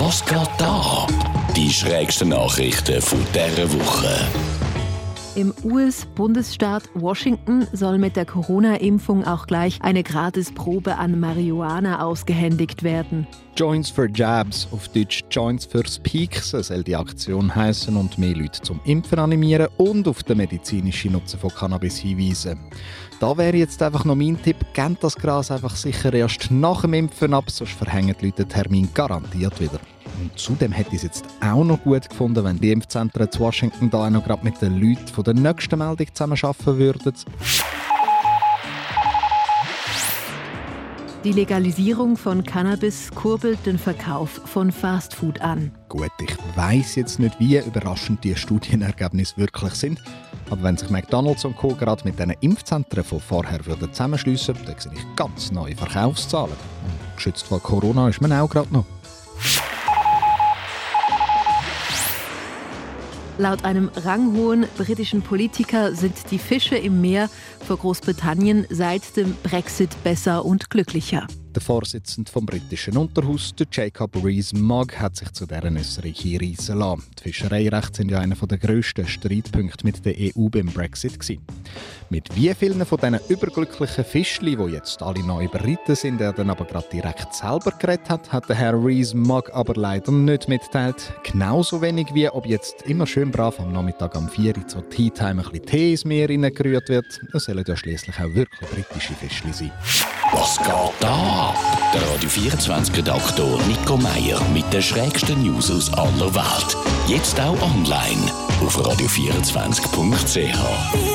Was geht da? Die schrägsten Nachrichten von dieser Woche. Im US-Bundesstaat Washington soll mit der Corona-Impfung auch gleich eine Gratisprobe an Marihuana ausgehändigt werden. Joints for Jabs, auf Deutsch Joints fürs Pieksen, soll die Aktion heissen und mehr Leute zum Impfen animieren und auf den medizinischen Nutzen von Cannabis hinweisen. Da wäre jetzt einfach noch mein Tipp, gebt das Gras einfach sicher erst nach dem Impfen ab, sonst verhängen die Leute den Termin garantiert wieder. Und zudem hätte ich es jetzt auch noch gut gefunden, wenn die Impfzentren zu Washington da auch noch gerade mit den Leuten von der nächsten Meldung zusammenarbeiten würden. Die Legalisierung von Cannabis kurbelt den Verkauf von Fastfood an. Gut, ich weiss jetzt nicht, wie überraschend die Studienergebnisse wirklich sind. Aber wenn sich McDonald's und Co. gerade mit diesen Impfzentren von vorher zusammenschliessen würden, dann sehe ich ganz neue Verkaufszahlen. Und geschützt vor Corona ist man auch gerade noch. Laut einem ranghohen britischen Politiker sind die Fische im Meer vor Großbritannien seit dem Brexit besser und glücklicher. Der Vorsitzende vom britischen Unterhaus, der Jacob Rees-Mogg, hat sich zu dieser Äußerung hinreissen lassen. Die Fischereirechte sind ja einer der grössten Streitpunkte mit der EU beim Brexit gewesen. Mit wie vielen von diesen überglücklichen Fischli, die jetzt alle neu überritten sind, er dann aber gerade direkt selber geredet hat der Herr Rees-Mogg aber leider nicht mitgeteilt. Genauso wenig wie ob jetzt immer schön brav am Nachmittag am 4 Uhr zur Tea Time ein bisschen Tee ins Meer reingerührt wird. Das sollen ja schliesslich auch wirklich britische Fischli sein. Was geht da? Der Radio 24-Redaktor Nico Meier mit den schrägsten News aus aller Welt. Jetzt auch online auf radio24.ch.